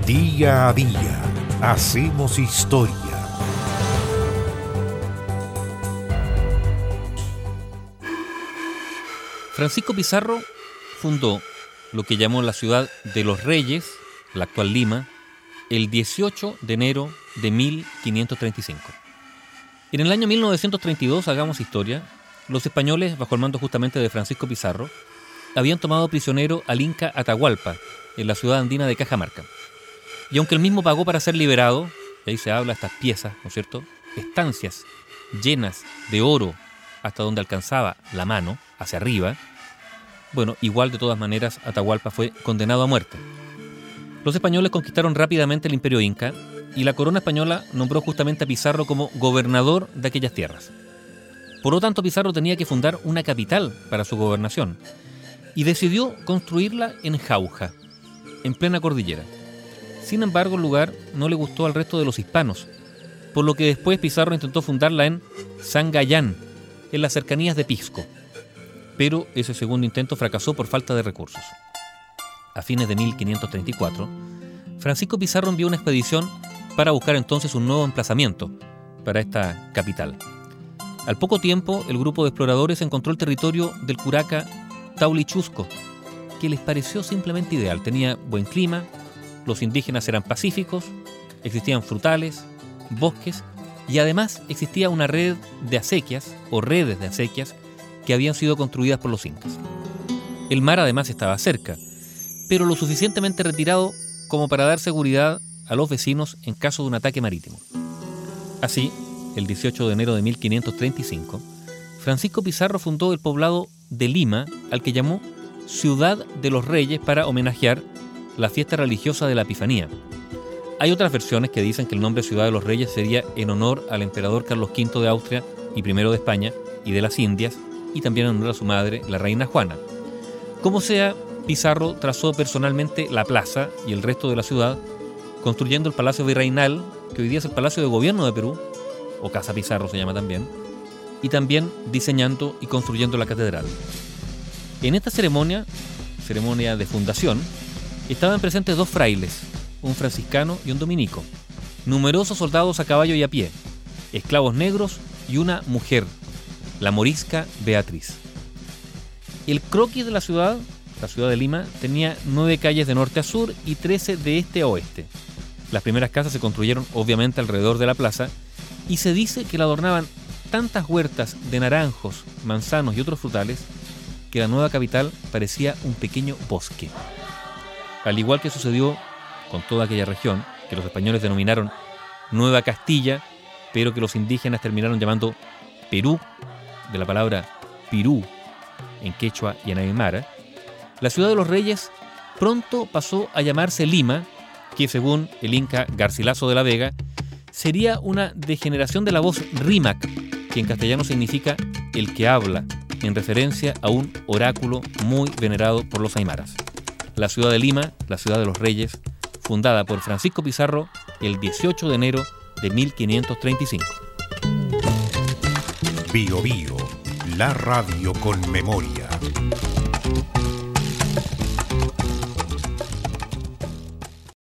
Día a día hacemos historia. Francisco Pizarro fundó lo que llamó la ciudad de los Reyes, la actual Lima, el 18 de enero de 1535. En el año 1932, hagamos historia, los españoles, bajo el mando justamente de Francisco Pizarro, habían tomado prisionero al inca Atahualpa, en la ciudad andina de Cajamarca. Y aunque el mismo pagó para ser liberado, y ahí se habla de estas piezas, ¿no es cierto?, estancias llenas de oro hasta donde alcanzaba la mano, hacia arriba, bueno, igual de todas maneras Atahualpa fue condenado a muerte. Los españoles conquistaron rápidamente el imperio inca y la corona española nombró justamente a Pizarro como gobernador de aquellas tierras. Por lo tanto, Pizarro tenía que fundar una capital para su gobernación y decidió construirla en Jauja, en plena cordillera. Sin embargo, el lugar no le gustó al resto de los hispanos, por lo que después Pizarro intentó fundarla en Sangayán, en las cercanías de Pisco. Pero ese segundo intento fracasó por falta de recursos. A fines de 1534, Francisco Pizarro envió una expedición para buscar entonces un nuevo emplazamiento para esta capital. Al poco tiempo, el grupo de exploradores encontró el territorio del curaca Taulichusco, que les pareció simplemente ideal. Tenía buen clima, los indígenas eran pacíficos, existían frutales, bosques y además existía una red de acequias o redes de acequias que habían sido construidas por los incas. El mar además estaba cerca, pero lo suficientemente retirado como para dar seguridad a los vecinos en caso de un ataque marítimo. Así, el 18 de enero de 1535, Francisco Pizarro fundó el poblado de Lima, al que llamó Ciudad de los Reyes para homenajear la fiesta religiosa de la Epifanía. Hay otras versiones que dicen que el nombre Ciudad de los Reyes sería en honor al emperador Carlos V de Austria y I de España y de las Indias, y también en honor a su madre, la reina Juana. Como sea, Pizarro trazó personalmente la plaza y el resto de la ciudad, construyendo el Palacio Virreinal, que hoy día es el Palacio de Gobierno de Perú, o Casa Pizarro se llama también, y también diseñando y construyendo la catedral. En esta ceremonia de fundación, estaban presentes dos frailes, un franciscano y un dominico, numerosos soldados a caballo y a pie, esclavos negros y una mujer, la morisca Beatriz. El croquis de la ciudad de Lima, tenía 9 calles de norte a sur y 13 de este a oeste. Las primeras casas se construyeron obviamente alrededor de la plaza y se dice que la adornaban tantas huertas de naranjos, manzanos y otros frutales que la nueva capital parecía un pequeño bosque. Al igual que sucedió con toda aquella región, que los españoles denominaron Nueva Castilla, pero que los indígenas terminaron llamando Perú, de la palabra pirú en quechua y en aymara, la ciudad de los Reyes pronto pasó a llamarse Lima, que según el inca Garcilaso de la Vega, sería una degeneración de la voz Rímac, que en castellano significa el que habla, en referencia a un oráculo muy venerado por los aymaras. La ciudad de Lima, la ciudad de los Reyes, fundada por Francisco Pizarro el 18 de enero de 1535. Bio Bio, la radio con memoria.